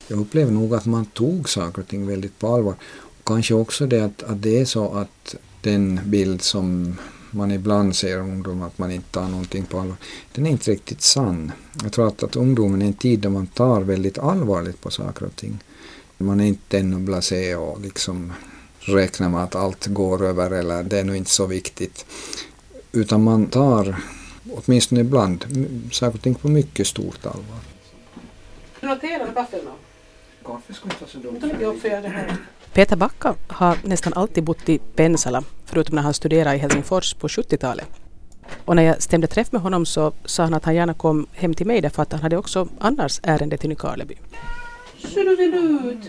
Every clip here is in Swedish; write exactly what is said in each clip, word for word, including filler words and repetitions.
Jag upplever nog att man tog saker och ting väldigt på allvar. Och kanske också det att, att det är så att den bild som man ibland ser om ungdom, att man inte tar någonting på allvar, den är inte riktigt sann. Jag tror att, att ungdomen är en tid där man tar väldigt allvarligt på saker och ting. Man är inte ännu blasé och liksom räknar med att allt går över eller det är nog inte så viktigt. Utan man tar, åtminstone ibland, saker och ting på mycket stort allvar. Du noterar kaffen då? Kaffe ska inte så dumt. Då får jag det här. Peter Backa har nästan alltid bott i Pensala, förutom när han studerade i Helsingfors på sjuttiotalet. Och när jag stämde träff med honom så sa han att han gärna kom hem till mig därför att han hade också annars ärende till Nykarleby. Ser du väl ut?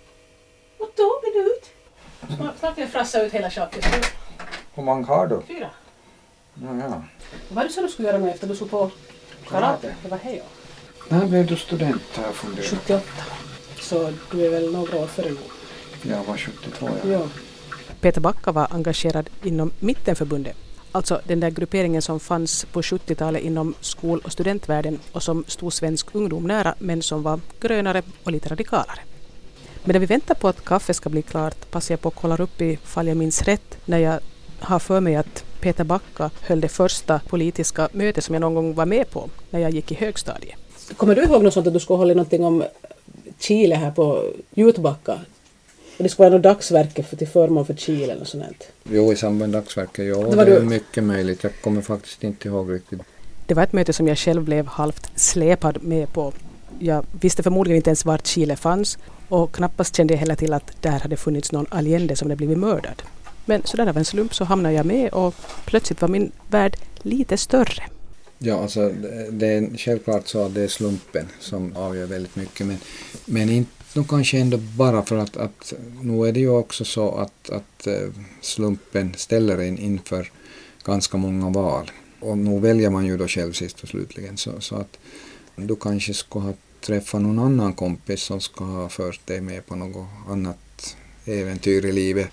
Vad då vill du ut? Snart jag frassa ut hela tjacket. Hur många har du? Fyra. Ja, ja. Vad var det så du skulle göra med efter du såg på karate? Det var hej. När blev du student här funderar? sjuttioåtta. Så du är väl några år före nu? Jag var sjuttiotvå, ja. Ja. Peter Backa var engagerad inom Mittenförbundet, alltså den där grupperingen som fanns på sjuttiotalet inom skol- och studentvärlden och som stod svensk ungdom nära men som var grönare och lite radikalare. Medan vi väntar på att kaffe ska bli klart passar jag på att kolla upp ifall jag minns rätt när jag har för mig att Peter Backa höll det första politiska mötet som jag någon gång var med på när jag gick i högstadiet. Kommer du ihåg något sånt att du skulle hålla någonting om Chile här på Jutbacka? Och det skulle vara något dagsverke för, till förmån för Chile eller sånt här. Jo, i samband med dagsverket, ja. Det, var det är du. mycket möjligt. Jag kommer faktiskt inte ihåg riktigt. Det var ett möte som jag själv blev halvt släpad med på. Jag visste förmodligen inte ens var Chile fanns och knappast kände jag heller till att där hade funnits någon Allende som hade blivit mördad. Men så där av en slump så hamnade jag med och plötsligt var min värld lite större. Ja, alltså det är självklart så att det är slumpen som avgör väldigt mycket. Men, men inte nog kanske ändå bara för att, att nu är det ju också så att, att slumpen ställer en inför ganska många val. Och nu väljer man ju då själv sist och slutligen. Så, så att du kanske ska ha träffat någon annan kompis som ska ha fört dig med på något annat äventyr i livet.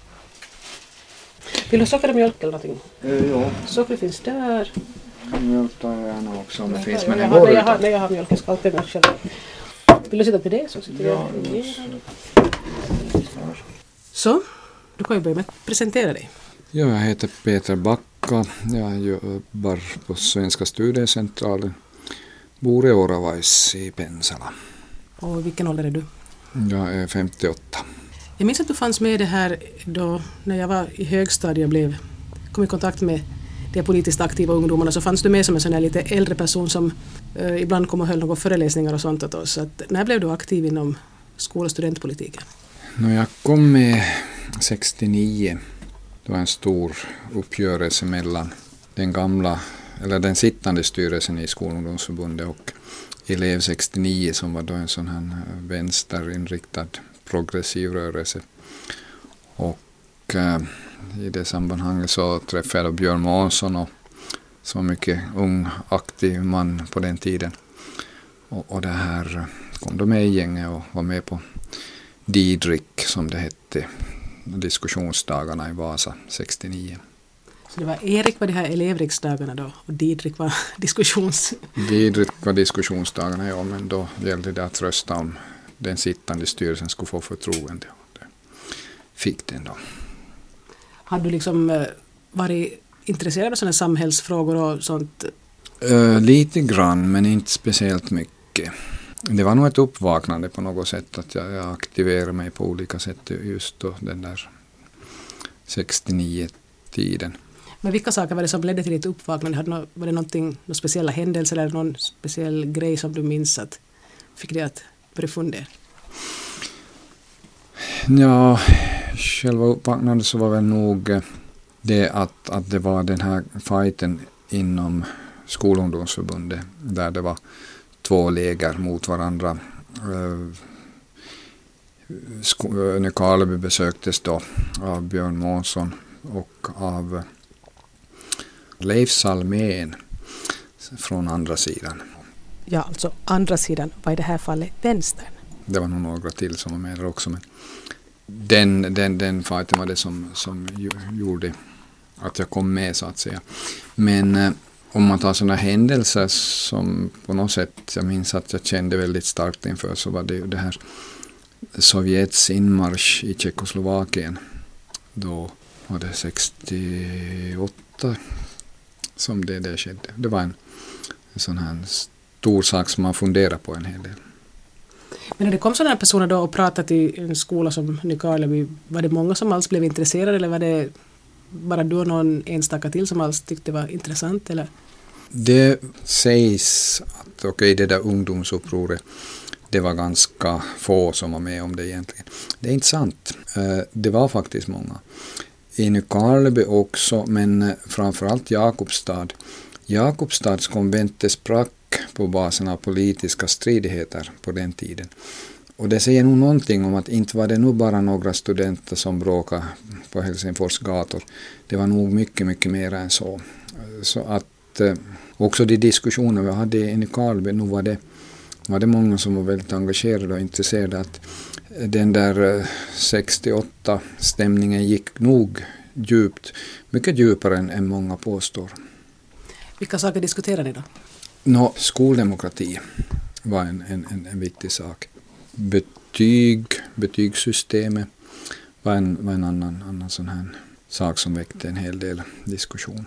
Vill du ha socker och mjölk eller någonting? Eh, ja. Socker finns där. Mjölk tar jag gärna också om det Nej, finns. jag, Men jag, det går när, jag utan. har, när jag har mjölk, jag ska alltid mjölk själv. Vill du sitta på det så sitter Ja, jag. Så, du kan ju börja med att presentera dig. Ja, jag heter Peter Backa. Jag jobbar på Svenska studiecentralen. Bor i Oravais i Pensala. Och vilken ålder är du? Jag är femtioåtta. Jag minns att du fanns med det här då när jag var i högstadiet och blev, kom i kontakt med de politiskt aktiva ungdomarna, så fanns du med som en sån här lite äldre person som eh, ibland kom och höll några föreläsningar och sånt åt oss. Så att, när blev du aktiv inom skol- och studentpolitiken? När jag kom med sextionio, det var en stor uppgörelse mellan den gamla, eller den sittande styrelsen i Skolungdomsförbundet och Elev sextionio som var då en sån här vänsterinriktad progressiv rörelse. Och eh, i det sammanhanget så träffade jag Björn Månsson och som var mycket ung, aktiv man på den tiden. Och, och det här kom de med i gänget och var med på Didrik som det hette, diskussionsdagarna i Vasa sextionio. Så det var Erik var de här elevriksdagarna då och Didrik var diskussions... Didrik var diskussionsdagarna, ja, men då gällde det att rösta om den sittande styrelsen skulle få förtroende. Det fick den då. Har du liksom varit intresserad av sådana samhällsfrågor och sånt? Uh, lite grann, men inte speciellt mycket. Det var nog ett uppvaknande på något sätt att jag, jag aktiverade mig på olika sätt just då den där sextionio-tiden. Men vilka saker var det som ledde till ditt uppvaknande? Hade något, var det någonting, någon speciella händelser eller någon speciell grej som du minns att fick dig att börja fundera? Ja, själva uppvaknandet så var väl nog det att, att det var den här fighten inom Skolungdomsförbundet där det var två läger mot varandra. Nykarleby besöktes då av Björn Månsson och av Leif Salmén från andra sidan. Ja, alltså andra sidan var i det här fallet vänstern. Det var nog några till som var med där också, men den, den, den fighten var det som, som gjorde att jag kom med så att säga. Men om man tar sådana händelser som på något sätt, jag minns att jag kände väldigt starkt inför, så var det ju det här Sovjets inmarsch i Tjeckoslovakien. Då var det sextioåtta som det, det skedde. Det var en, en sån här stor sak som man funderar på en hel del. Men när det kom sådana här personer då och pratade i en skola som Nykarleby, var det många som alls blev intresserade, eller var det bara du och någon enstaka till som alls tyckte det var intressant? Eller? Det sägs att okej, det där ungdomsupproret, det var ganska få som var med om det egentligen. Det är inte sant. Det var faktiskt många. I Nykarleby också, men framförallt Jakobstad. Jakobstads konvent sprack på basen av politiska stridigheter på den tiden. Och det säger nog någonting om att inte var det nog bara några studenter som bråkade på Helsingfors gator. Det var nog mycket, mycket mer än så. Så att eh, också de diskussioner vi hade i Nykarleby, nu var det, var det många som var väldigt engagerade och intresserade. Att den där eh, sextioåtta-stämningen gick nog djupt, mycket djupare än, än många påstår. Vilka saker diskuterar ni då? Nå, skoldemokrati var en, en, en, en viktig sak. Betyg, betygssystemet var en, var en annan, annan sån här sak som väckte en hel del diskussion.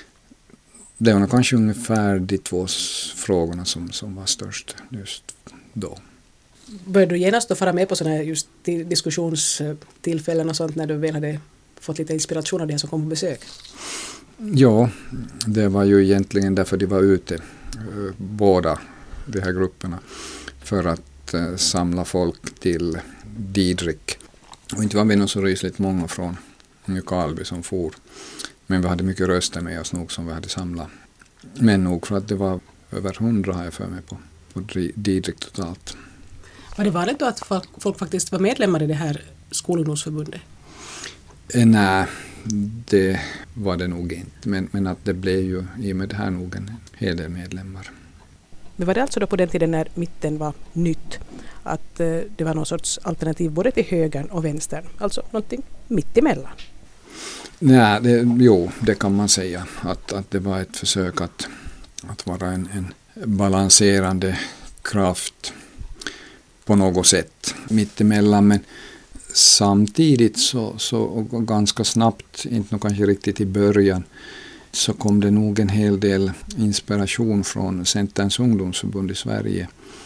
Det var kanske ungefär de två frågorna som, som var störst just då. Började du genast då fara med på sådana här just diskussionstillfällen och sånt när du väl hade fått lite inspiration av det som kom på besök? Ja, det var ju egentligen därför de var ute, båda de här grupperna, för att eh, samla folk till Didrik. Och inte var vi nog så rysligt många från Nykarleby som for, men vi hade mycket röster med oss nog som vi hade samlat. Men nog för att det var över hundra har jag för mig på, på Didrik totalt. Var det vanligt då att folk, folk faktiskt var medlemmar i det här skolungdomsförbundet? Eh, nej, det var det nog inte. Men, men att det blev ju i och med det här nog en hel del medlemmar. Men var det alltså då på den tiden när mitten var nytt? Att eh, det var någon sorts alternativ både till högern och vänstern? Alltså någonting mitt emellan? Nej, det, jo, det kan man säga. Att, att det var ett försök att, att vara en, en balanserande kraft på något sätt mitt emellan. Men samtidigt så, så ganska snabbt, inte nog kanske riktigt i början, så kom det nog en hel del inspiration från Centerns ungdomsförbund i Sverige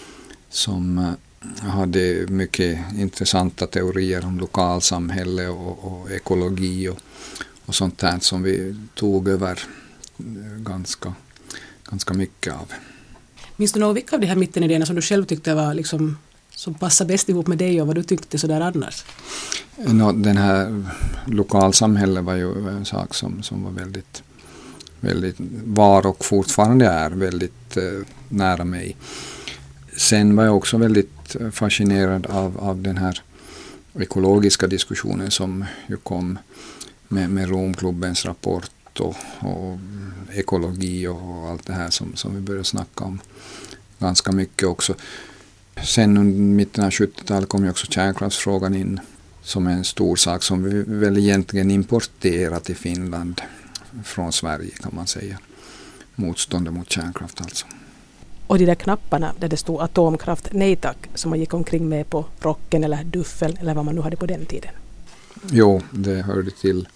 som hade mycket intressanta teorier om lokalsamhälle och, och ekologi och, och sånt där som vi tog över ganska, ganska mycket av. Minns du något vilka av de här mittenidéerna som du själv tyckte var liksom som passar bäst ihop med dig och vad du tyckte sådär annars? No, den här lokalsamhället var ju en sak som, som var väldigt, väldigt var och fortfarande är väldigt eh, nära mig. Sen var jag också väldigt fascinerad av, av den här ekologiska diskussionen som ju kom med, med Romklubbens rapport och, och ekologi och allt det här som, som vi började snacka om ganska mycket också. Sen under mitten av sjuttiotalet kom ju också kärnkraftsfrågan in som en stor sak som vi väl egentligen importerar till Finland från Sverige kan man säga. Motståndet mot kärnkraft alltså. Och de där knapparna där det stod atomkraft, nej tack, som man gick omkring med på rocken eller duffeln eller vad man nu hade på den tiden. Jo, det hörde till,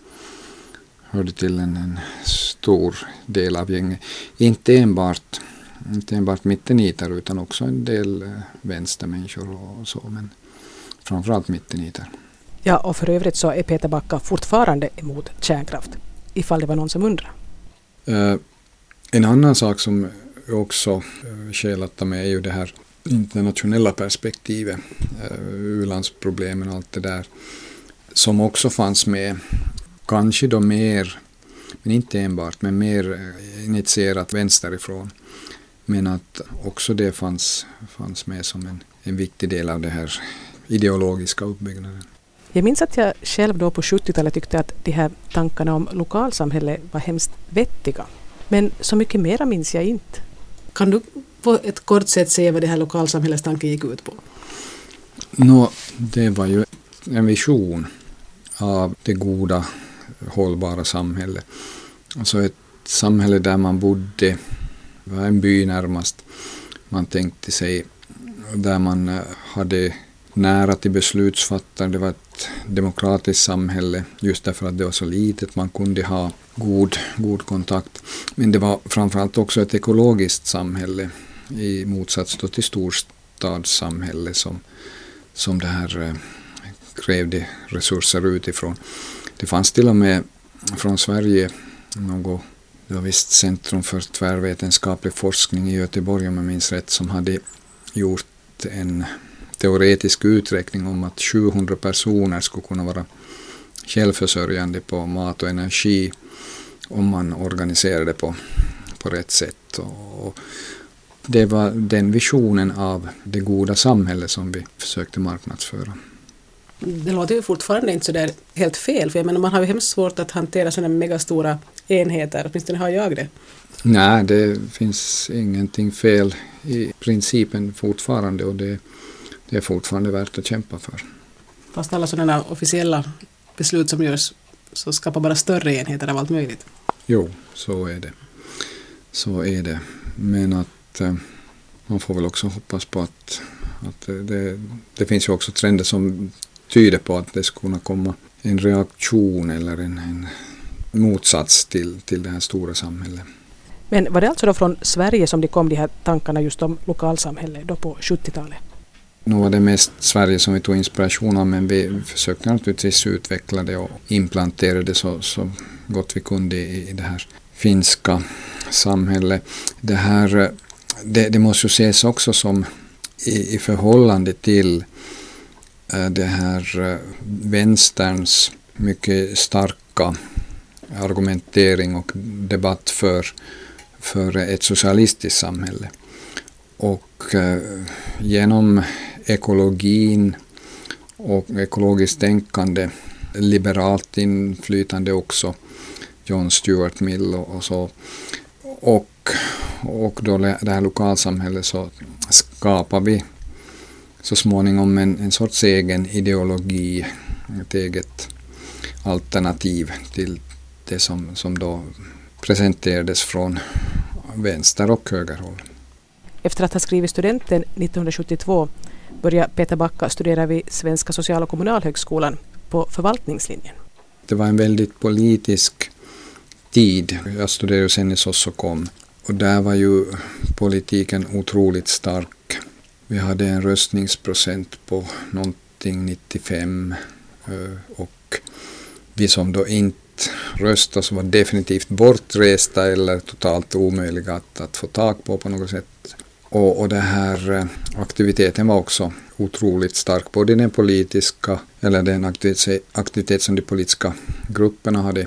hörde till en, en stor del av gänget. Inte enbart, inte enbart mittenitar utan också en del eh, vänstermänniskor och så, men framförallt mittenitar. Ja, och för övrigt så är Peter Backa fortfarande emot kärnkraft, ifall det var någon som undrar. Uh, en annan sak som också uh, skälatta med är ju det här internationella perspektivet, uh, u-landsproblemen och allt det där, som också fanns med, kanske då mer, men inte enbart, men mer initierat vänsterifrån. Men att också det fanns, fanns med som en, en viktig del av det här ideologiska uppbyggnaden. Jag minns att jag själv då på sjuttiotalet tyckte att de här tankarna om lokalsamhälle var hemskt vettiga. Men så mycket mera minns jag inte. Kan du på ett kort sätt säga vad det här lokalsamhällestanken gick ut på? Nå, det var ju en vision av det goda, hållbara samhället. Alltså ett samhälle där man bodde. Det var en by närmast. Man tänkte sig där man hade nära till beslutsfattare. Det var ett demokratiskt samhälle just därför att det var så litet. Man kunde ha god, god kontakt. Men det var framförallt också ett ekologiskt samhälle i motsats då till storstadssamhälle som, som det här eh, krävde resurser utifrån. Det fanns till och med från Sverige något, det var visst Centrum för tvärvetenskaplig forskning i Göteborg om jag minns rätt, som hade gjort en teoretisk uträkning om att sjuhundra personer skulle kunna vara självförsörjande på mat och energi om man organiserade på, på rätt sätt. Och det var den visionen av det goda samhället som vi försökte marknadsföra. Det låter ju fortfarande inte så där helt fel, för jag menar, man har ju hemskt svårt att hantera sådana megastora enheter, åtminstone har jag det. Nej, det finns ingenting fel i principen fortfarande, och det, det är fortfarande värt att kämpa för. Fast alla sådana officiella beslut som görs så skapar bara större enheter av allt möjligt. Jo, så är det. Så är det. Men att eh, man får väl också hoppas på att, att det, det finns ju också trender som tyder på att det ska kunna komma en reaktion eller en, en motsats till, till det här stora samhället. Men var det alltså då från Sverige som det kom de här tankarna just om lokalsamhälle då på sjuttiotalet? Nu var det mest Sverige som vi tog inspiration av, men vi försökte naturligtvis utveckla det och implantera det så, så gott vi kunde i, i det här finska samhället. Det här det, det måste ju ses också som i, i förhållande till äh, det här äh, vänsterns mycket starka argumentering och debatt för, för ett socialistiskt samhälle. Och äh, genom ekologin och ekologiskt tänkande, liberalt inflytande också, John Stuart Mill och, och så, och, och då det här lokalsamhället, så skapar vi så småningom en, en sorts egen ideologi, ett eget alternativ till det som, som då presenterades från vänster och högerhåll. Efter att ha skrivit studenten nittonhundrasjuttiotvå började Peter Backa studera vid Svenska social- och kommunalhögskolan på förvaltningslinjen. Det var en väldigt politisk tid. Jag studerade sen i Sossokom och där var ju politiken otroligt stark. Vi hade en röstningsprocent på någonting nittiofem och vi som då inte röstade så var definitivt bortresta eller totalt omöjliga att, att få tag på på något sätt. Och, och den här aktiviteten var också otroligt stark, både den politiska, eller den aktivitet, aktivitet som de politiska grupperna hade,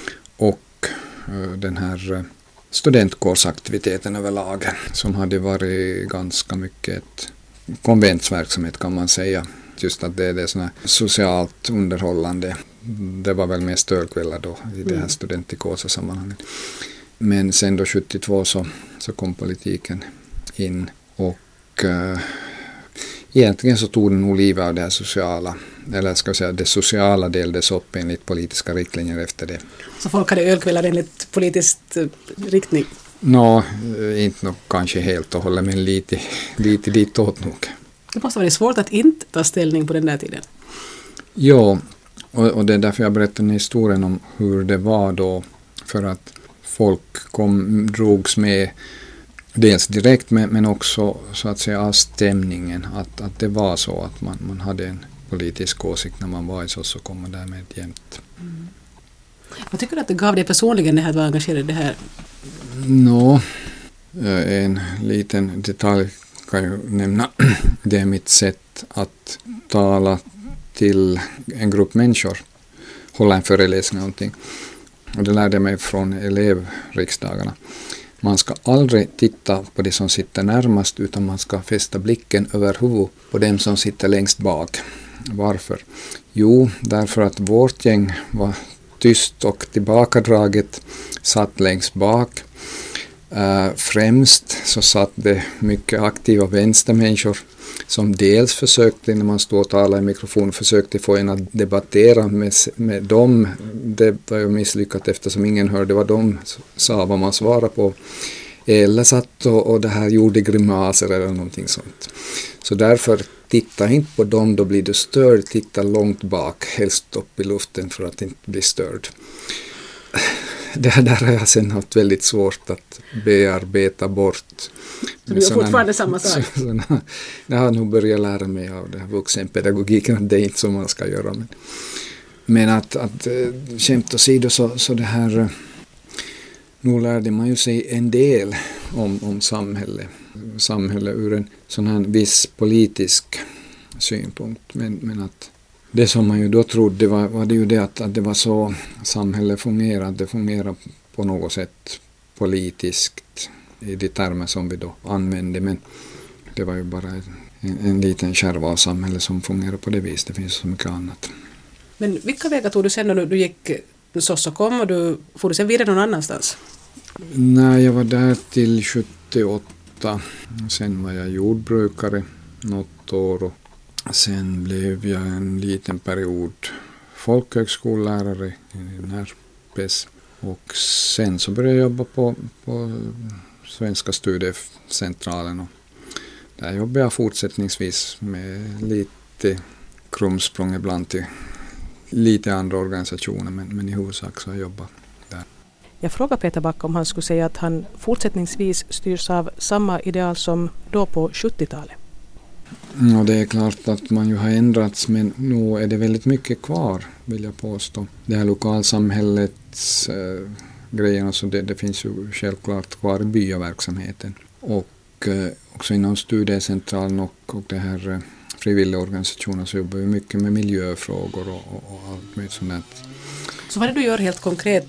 och uh, den här studentkårsaktiviteten överlag, som hade varit ganska mycket ett konventsverksamhet kan man säga. Just att det är det såna socialt underhållande. Det var väl mest ölkvällar då i det här studentikåsa-sammanhanget. Men sen då sjuttiotvå så, så kom politiken in och uh, egentligen så tog den nog livet av det här sociala, eller ska jag säga det sociala delades upp enligt politiska riktlinjer efter det. Så folk hade ölkvällar enligt politisk riktning? Nå, no, inte nog kanske helt och hållet, men lite, lite ditåt nog. Det måste vara svårt att inte ta ställning på den där tiden. Ja, och, och det är därför jag berättar den historien om hur det var då, för att folk kom, drogs med dels direkt med, men också så att säga av stämningen, att, att det var så att man, man hade en politisk åsikt när man var i så, så kom man därmed jämt. Mm. Vad tycker du att det gav dig personligen det här att vara engagerad i det här? Nå, en liten detalj kan jag nämna. Det är mitt sätt att tala till en grupp människor, hålla en föreläsning eller någonting. Och det lärde jag mig från elevriksdagarna. Man ska aldrig titta på det som sitter närmast, utan man ska fästa blicken över huvudet på dem som sitter längst bak. Varför? Jo, därför att vårt gäng var tyst och tillbakadraget, satt längst bak. Uh, främst så satt det mycket aktiva vänstermänniskor som dels försökte, när man står och talar i mikrofon, försökte få en att debattera med, med dem. Det var ju misslyckat eftersom ingen hörde vad de sa, vad man svarade på. Eller satt och, och det här gjorde grimaser eller någonting sånt. Så därför, titta inte på dem, då blir du störd. Titta långt bak, helst upp i luften för att inte bli störd. Det här där har jag sen haft väldigt svårt att bearbeta bort. Så du gör fortfarande samma sak? Såna, jag har nog börjat lära mig av det här vuxenpedagogiken, att det är inte så man ska göra. Men, men att, att skämt åsido så, så det här, nu lärde man ju sig en del om, om samhälle, samhälle ur en sån här viss politisk synpunkt. Men, men att det som man ju då trodde var, var det ju det att, att det var så samhället fungerar, det fungerar på något sätt politiskt i de termer som vi då använde, men det var ju bara en, en liten skärva av samhället som fungerar på det viset. Det finns så mycket annat. Men vilka vägar tog du sen när du gick Sossokom och du får du sen vidare någon annanstans? Nej, jag var där till sjuttioåtta. Sen var jag jordbrukare något år och sen blev jag en liten period folkhögskollärare i Närpes. Och sen så började jag jobba på, på Svenska studiecentralen. Och där jobbade jag fortsättningsvis med lite krumsprång ibland till lite andra organisationer, men, men i huvudsak så har jag jobbat där. Jag frågar Peter Back om han skulle säga att han fortsättningsvis styrs av samma ideal som då på sjuttiotalet. Ja, det är klart att man ju har ändrats, men nu är det väldigt mycket kvar, vill jag påstå. Det här lokalsamhällets äh, grejerna, så det, det finns ju självklart kvar i byaverksamheten. Och äh, också inom studiecentralen och, och det här äh, frivilliga organisationer så jobbar vi mycket med miljöfrågor och, och, och allt med sånt där. Så vad är det du gör helt konkret?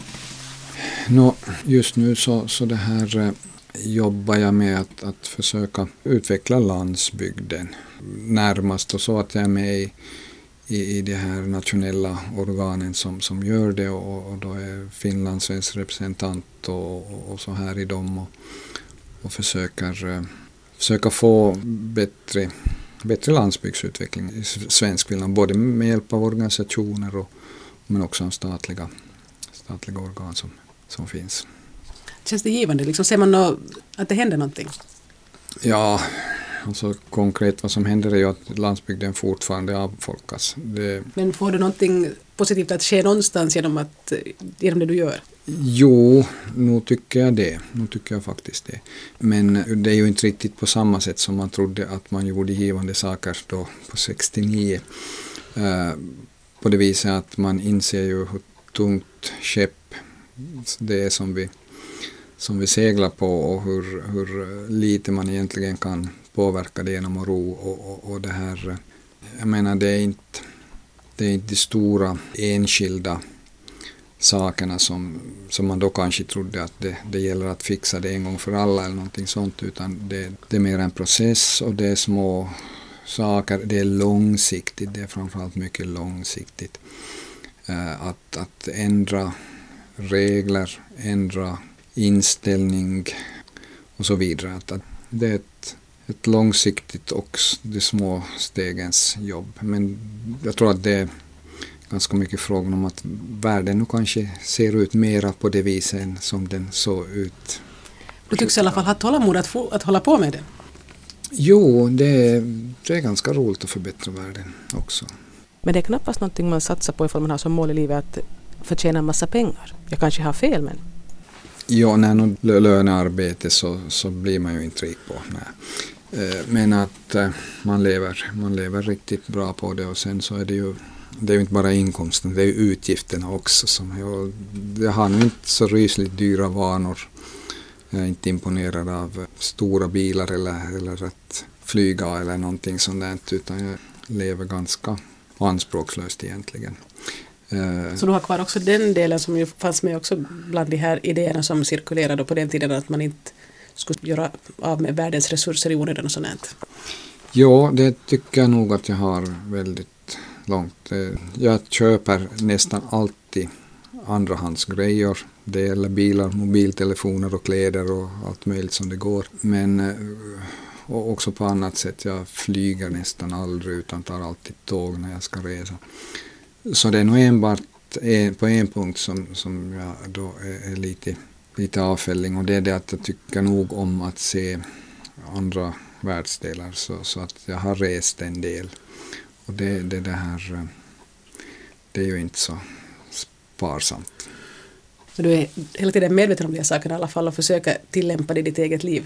Nå, just nu så, så det här äh, jobbar jag med att, att försöka utveckla landsbygden närmast, och så att jag är med i, i, i de här nationella organen som, som gör det, och, och då är Finlands svensk representant och, och, och så här i dem och, och försöker, uh, försöka få bättre, bättre landsbygdsutveckling i svensk Finland, både med hjälp av organisationer och, men också av statliga, statliga organ som, som finns. Känns det givande? Liksom, ser man nå, att det händer någonting? Ja, alltså konkret vad som händer är ju att landsbygden fortfarande avfolkas. Det... Men får du någonting positivt att ske någonstans genom, att, genom det du gör? Jo, nu tycker jag det. Nu tycker jag faktiskt det. Men det är ju inte riktigt på samma sätt som man trodde att man gjorde givande saker då på sextionio. Uh, på det viset att man inser ju hur tungt skepp det är som vi som vi seglar på, och hur, hur lite man egentligen kan påverka det genom att ro och, och, och det här. Jag menar, det är inte, det är inte de stora enskilda sakerna som, som man då kanske trodde att det, det gäller att fixa det en gång för alla eller någonting sånt, utan det, det är mer en process och det är små saker, det är långsiktigt, det är framförallt mycket långsiktigt. Uh, att, att ändra regler, ändra inställning och så vidare. Att, att det är ett, ett långsiktigt och de små stegens jobb. Men jag tror att det är ganska mycket frågan om att världen nu kanske ser ut mera på det viset som den såg ut. Du tycks i alla fall ha tålamod att, få, att hålla på med det. Jo, det är, det är ganska roligt att förbättra världen också. Men det är knappast någonting man satsar på ifall man har som mål i livet att förtjäna en massa pengar. Jag kanske har fel, men... Ja, när någon lönearbete så, så blir man ju inte rik på. Nej. Men att man lever, man lever riktigt bra på det, och sen så är det ju, det är ju inte bara inkomsten, det är ju utgifterna också. Som jag, jag har nu inte så rysligt dyra vanor. Jag är inte imponerad av stora bilar eller, eller att flyga eller någonting sånt där, utan jag lever ganska anspråkslöst egentligen. Så du har kvar också den delen som ju fanns med också bland de här idéerna som cirkulerade på den tiden, att man inte skulle göra av med världens resurser i onödan och sånt? Ja, det tycker jag nog att jag har väldigt långt. Jag köper nästan alltid andrahandsgrejer. Det gäller bilar, mobiltelefoner och kläder och allt möjligt som det går. Men och också på annat sätt. Jag flyger nästan aldrig utan tar alltid tåg när jag ska resa. Så det är nog enbart en, på en punkt som, som jag då är, är lite, lite avfälling. Och det är det att jag tycker nog om att se andra världsdelar. Så, så att jag har rest en del. Och det, det, det här, det är ju inte så sparsamt. Så du är hela tiden medveten om de här sakerna i alla fall och försöker tillämpa det i ditt eget liv?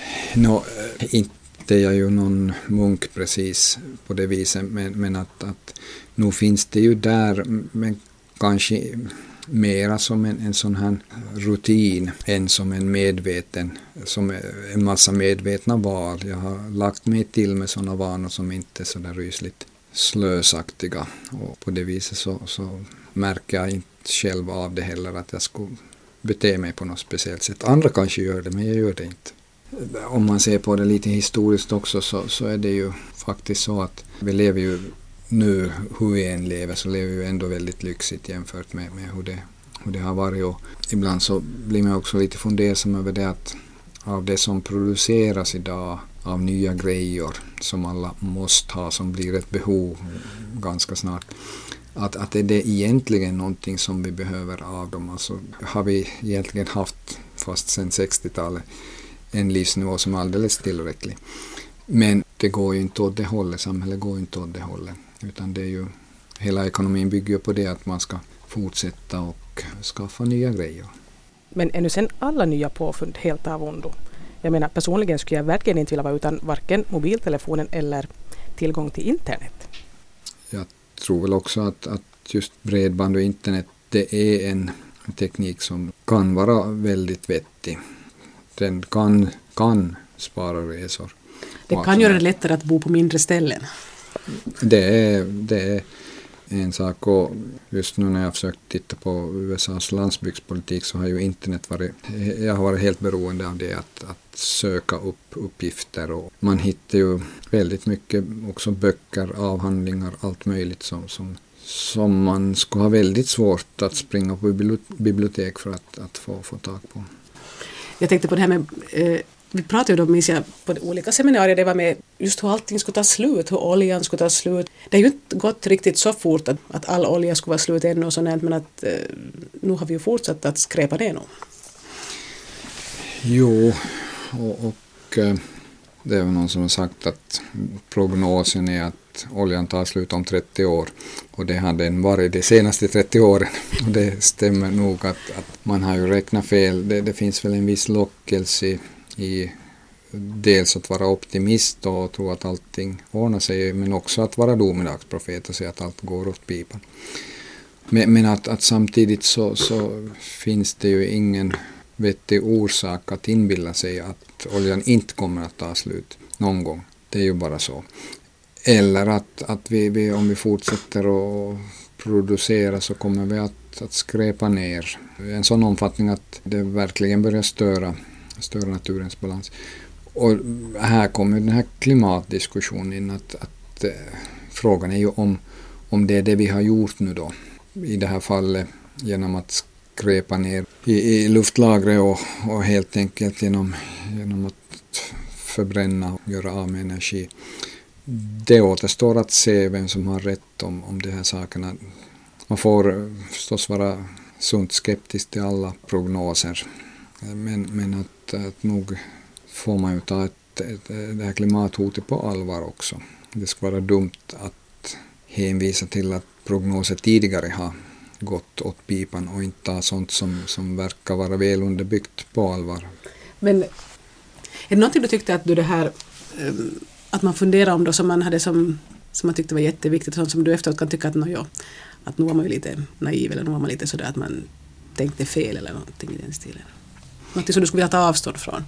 No, inte är jag ju någon munk precis på det viset, men, men att, att nu finns det ju där, men kanske mera som en, en sån här rutin än som en medveten, som en massa medvetna val. Jag har lagt mig till med sådana vanor som inte är så där rysligt slösaktiga, och på det viset så, så märker jag inte själv av det heller att jag skulle bete mig på något speciellt sätt. Andra kanske gör det, men jag gör det inte. Om man ser på det lite historiskt också så, så är det ju faktiskt så att vi lever ju nu, hur vi än lever så lever vi ändå väldigt lyxigt jämfört med, med hur, det, hur det har varit. Och ibland så blir man också lite fundersam över det att av det som produceras idag, av nya grejer som alla måste ha, som blir ett behov ganska snart, att, att är det egentligen någonting som vi behöver av dem. Alltså har vi egentligen haft, fast sedan sextiotalet, en livsnivå som är alldeles tillräcklig. Men det går ju inte åt det hållet, samhället går inte åt det hållet. Utan det är ju, hela ekonomin bygger på det att man ska fortsätta och skaffa nya grejer. Men är nu sen alla nya påfund helt av ondo? Jag menar, personligen skulle jag verkligen inte vilja vara utan varken mobiltelefonen eller tillgång till internet. Jag tror väl också att, att just bredband och internet, det är en teknik som kan vara väldigt vettig. Den kan, kan spara resor. Det kan göra det lättare att bo på mindre ställen. Det är, det är en sak, och just nu när jag försökt titta på U S A:s landsbygdspolitik så har ju internet varit, jag har varit helt beroende av det att, att söka upp uppgifter, och man hittar ju väldigt mycket också böcker, avhandlingar, allt möjligt som, som, som man skulle ha väldigt svårt att springa på bibliotek för att, att få, få tag på. Jag tänkte på det här med, eh, vi pratade ju då, minns jag, på olika seminarier, det var med just hur allting skulle ta slut, hur oljan skulle ta slut. Det har ju inte gått riktigt så fort att, att all olja skulle vara slut ännu och sånt, men att eh, nu har vi ju fortsatt att skräpa ner nu. Jo, och, och eh, det är väl någon som har sagt att prognosen är att oljan tar slut om trettio år, och det hade den varit de senaste trettio åren, och det stämmer nog att, att man har ju räknat fel. Det, det finns väl en viss lockelse i dels att vara optimist och tro att allting ordnar sig, men också att vara domedagsprofet och säga att allt går åt pipan. Men, men att, att samtidigt så, så finns det ju ingen vettig orsak att inbilla sig att oljan inte kommer att ta slut någon gång. Det är ju bara så. Eller att, att vi, vi, om vi fortsätter att producera så kommer vi att, att skräpa ner i en sån omfattning att det verkligen börjar störa, störa naturens balans. Och här kommer den här klimatdiskussionen in, att, att eh, frågan är ju om, om det är det vi har gjort nu då. I det här fallet genom att skräpa ner i, i luftlagret och, och helt enkelt genom, genom att förbränna och göra av med energi. Det återstår att se vem som har rätt om, om de här sakerna. Man får förstås vara sunt skeptisk till alla prognoser. Men, men att, att nog får man ju ta ett, ett, det här klimathotet på allvar också. Det skulle vara dumt att hänvisa till att prognoser tidigare har gått åt pipan och inte ta sånt som, som verkar vara väl underbyggt på allvar. Men är det någonting du tyckte att du det här att man funderar om då som man hade som, som man tyckte var jätteviktigt, sånt som du efteråt kan tycka att no, ja, att nu var man ju lite naiv eller nu var man lite sådär att man tänkte fel eller någonting i den stilen? Någonting som du skulle vilja ta avstånd från?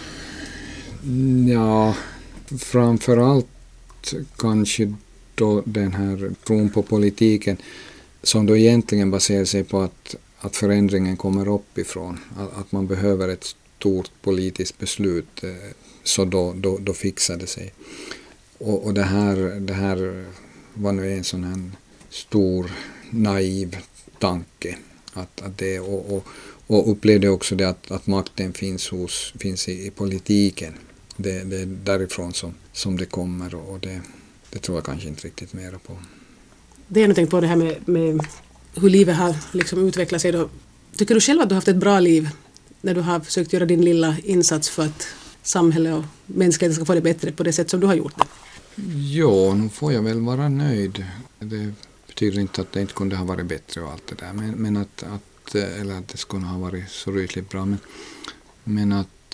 Ja, framförallt kanske då den här tron på politiken som då egentligen baserar sig på att, att förändringen kommer uppifrån. Att, att man behöver ett stort politiskt beslut, så då, då, då fixar det sig. Och, och det, här, det här var nu en sån här stor naiv tanke. Att, att det, och, och, och upplevde också det att, att makten finns, hos, finns i, i politiken. Det, det är därifrån som, som det kommer och det, det tror jag kanske inte riktigt mer på. Det är jag tänkt på det här med, med hur livet har liksom utvecklat sig då. Tycker du själv att du har haft ett bra liv när du har försökt göra din lilla insats för att samhället och mänskligheten ska få det bättre på det sätt som du har gjort det? Ja, nu får jag väl vara nöjd. Det betyder inte att det inte kunde ha varit bättre och allt det där. Men, men att, att, eller att det skulle ha varit så rysligt bra. Men, men att,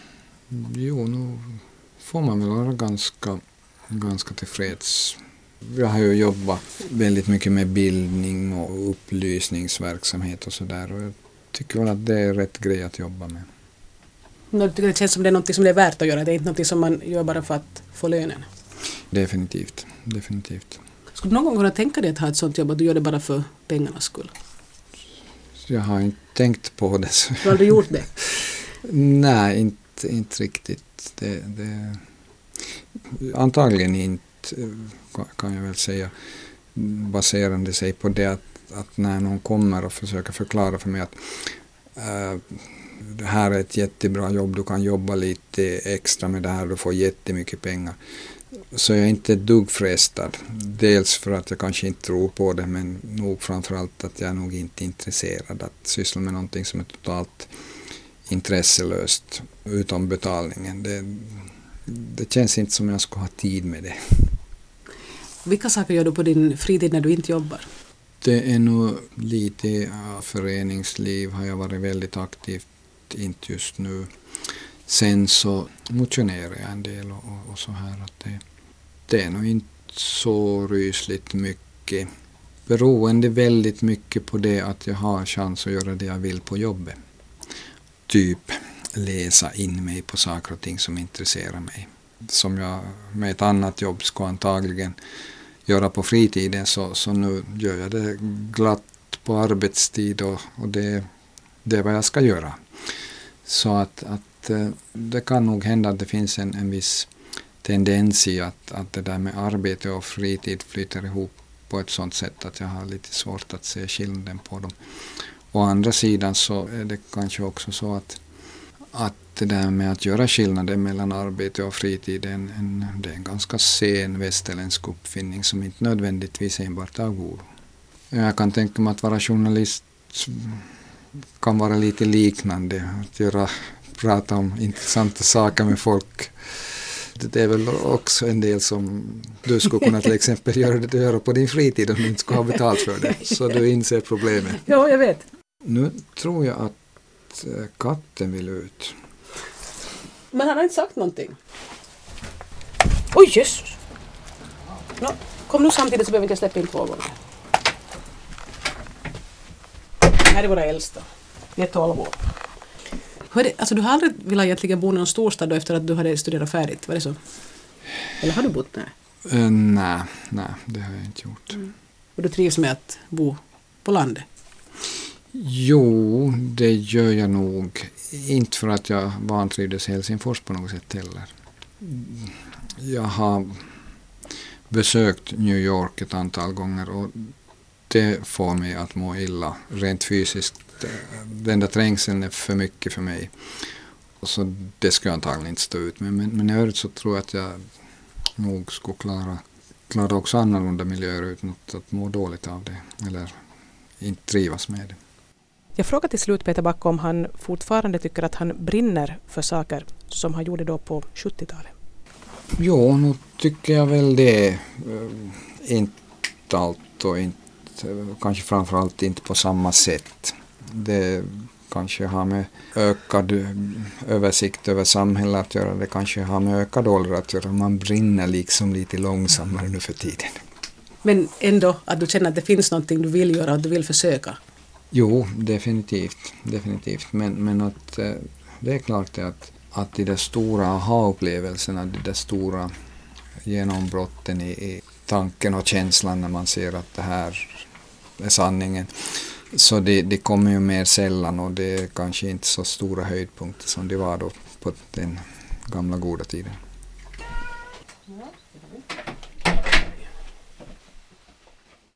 jo, nu får man väl vara ganska, ganska tillfreds. Jag har ju jobbat väldigt mycket med bildning och upplysningsverksamhet och sådär. Och jag tycker väl att det är rätt grej att jobba med. Jag tycker det känns som det är något som det är värt att göra. Det är inte något som man gör bara för att få lönen. Definitivt, definitivt. Skulle du någon gång kunna tänka dig att ha ett sånt jobb att du gör det bara för pengarnas skull? Jag har inte tänkt på det. Så. Du har aldrig gjort det? Nej, inte, inte riktigt. Det, det, antagligen inte, kan jag väl säga, baserande sig på det att, att när någon kommer och försöker förklara för mig att äh, det här är ett jättebra jobb, du kan jobba lite extra med det här, du får jättemycket pengar. Så jag är inte ett dugg frestad. Dels för att jag kanske inte tror på det, men nog framförallt att jag är nog inte intresserad att syssla med någonting som är totalt intresselöst utom betalningen. Det, det känns inte som jag ska ha tid med det. Vilka saker gör du på din fritid när du inte jobbar? Det är nog lite ja, föreningsliv har jag varit väldigt aktivt, inte just nu. Sen så motionerar jag en del och, och, och så här att det, det är nog inte så rysligt mycket. Beroende väldigt mycket på det att jag har chans att göra det jag vill på jobbet. Typ läsa in mig på saker och ting som intresserar mig. Som jag med ett annat jobb ska antagligen göra på fritiden, så, så nu gör jag det glatt på arbetstid och, och det, det är vad jag ska göra. Så att, att det kan nog hända att det finns en, en viss tendens i att, att det där med arbete och fritid flyter ihop på ett sådant sätt att jag har lite svårt att se skillnaden på dem. Å andra sidan så är det kanske också så att, att det där med att göra skillnaden mellan arbete och fritid är en, en, det är en ganska sen västerländsk uppfinning som inte nödvändigtvis enbart är av godo. Jag kan tänka mig att vara journalist kan vara lite liknande, att göra, prata om intressanta saker med folk. Det är väl också en del som du skulle kunna till exempel göra det göra på din fritid om du inte ska ha betalt för det. Så du inser problemet. Ja, jag vet. Nu tror jag att katten vill ut. Men han har inte sagt någonting. Oj, Jesus! No, kom nu samtidigt så behöver inte jag släppa in två gånger. Här är våra äldsta. Vi är tolv år. Hur är det? Alltså, du har aldrig velat egentligen bo i någon storstad då efter att du hade studerat färdigt, var det så? Eller har du bott där? Uh, nej, nej, det har jag inte gjort. Mm. Och du trivs med att bo på landet? Jo, det gör jag nog. Inte för att jag vantrivdes i Helsingfors på något sätt heller. Jag har besökt New York ett antal gånger och det får mig att må illa rent fysiskt. Den där trängseln är för mycket för mig. Och så det ska jag antagligen inte stå ut med. Men, men i övrigt så tror jag att jag nog skulle klara, klara också annorlunda miljöer utan att, att må dåligt av det. Eller inte trivas med det. Jag frågar till slut Peter Back om han fortfarande tycker att han brinner för saker som han gjorde då på sjuttiotalet. Jo, nu tycker jag väl det. Inte allt och inte, kanske framförallt inte på samma sätt. Det kanske har med ökad översikt över samhället att göra. Det kanske har med ökad ålder att göra. Man brinner liksom lite långsammare nu för tiden. Men ändå att du känner att det finns någonting du vill göra och du vill försöka? Jo, definitivt. definitivt. Men, men att eh, det är klart det att, att de där stora aha-upplevelserna, de där stora genombrotten i, i tanken och känslan när man ser att det här är sanningen. Så det, det kommer ju mer sällan och det är kanske inte så stora höjdpunkter som det var då på den gamla goda tiden.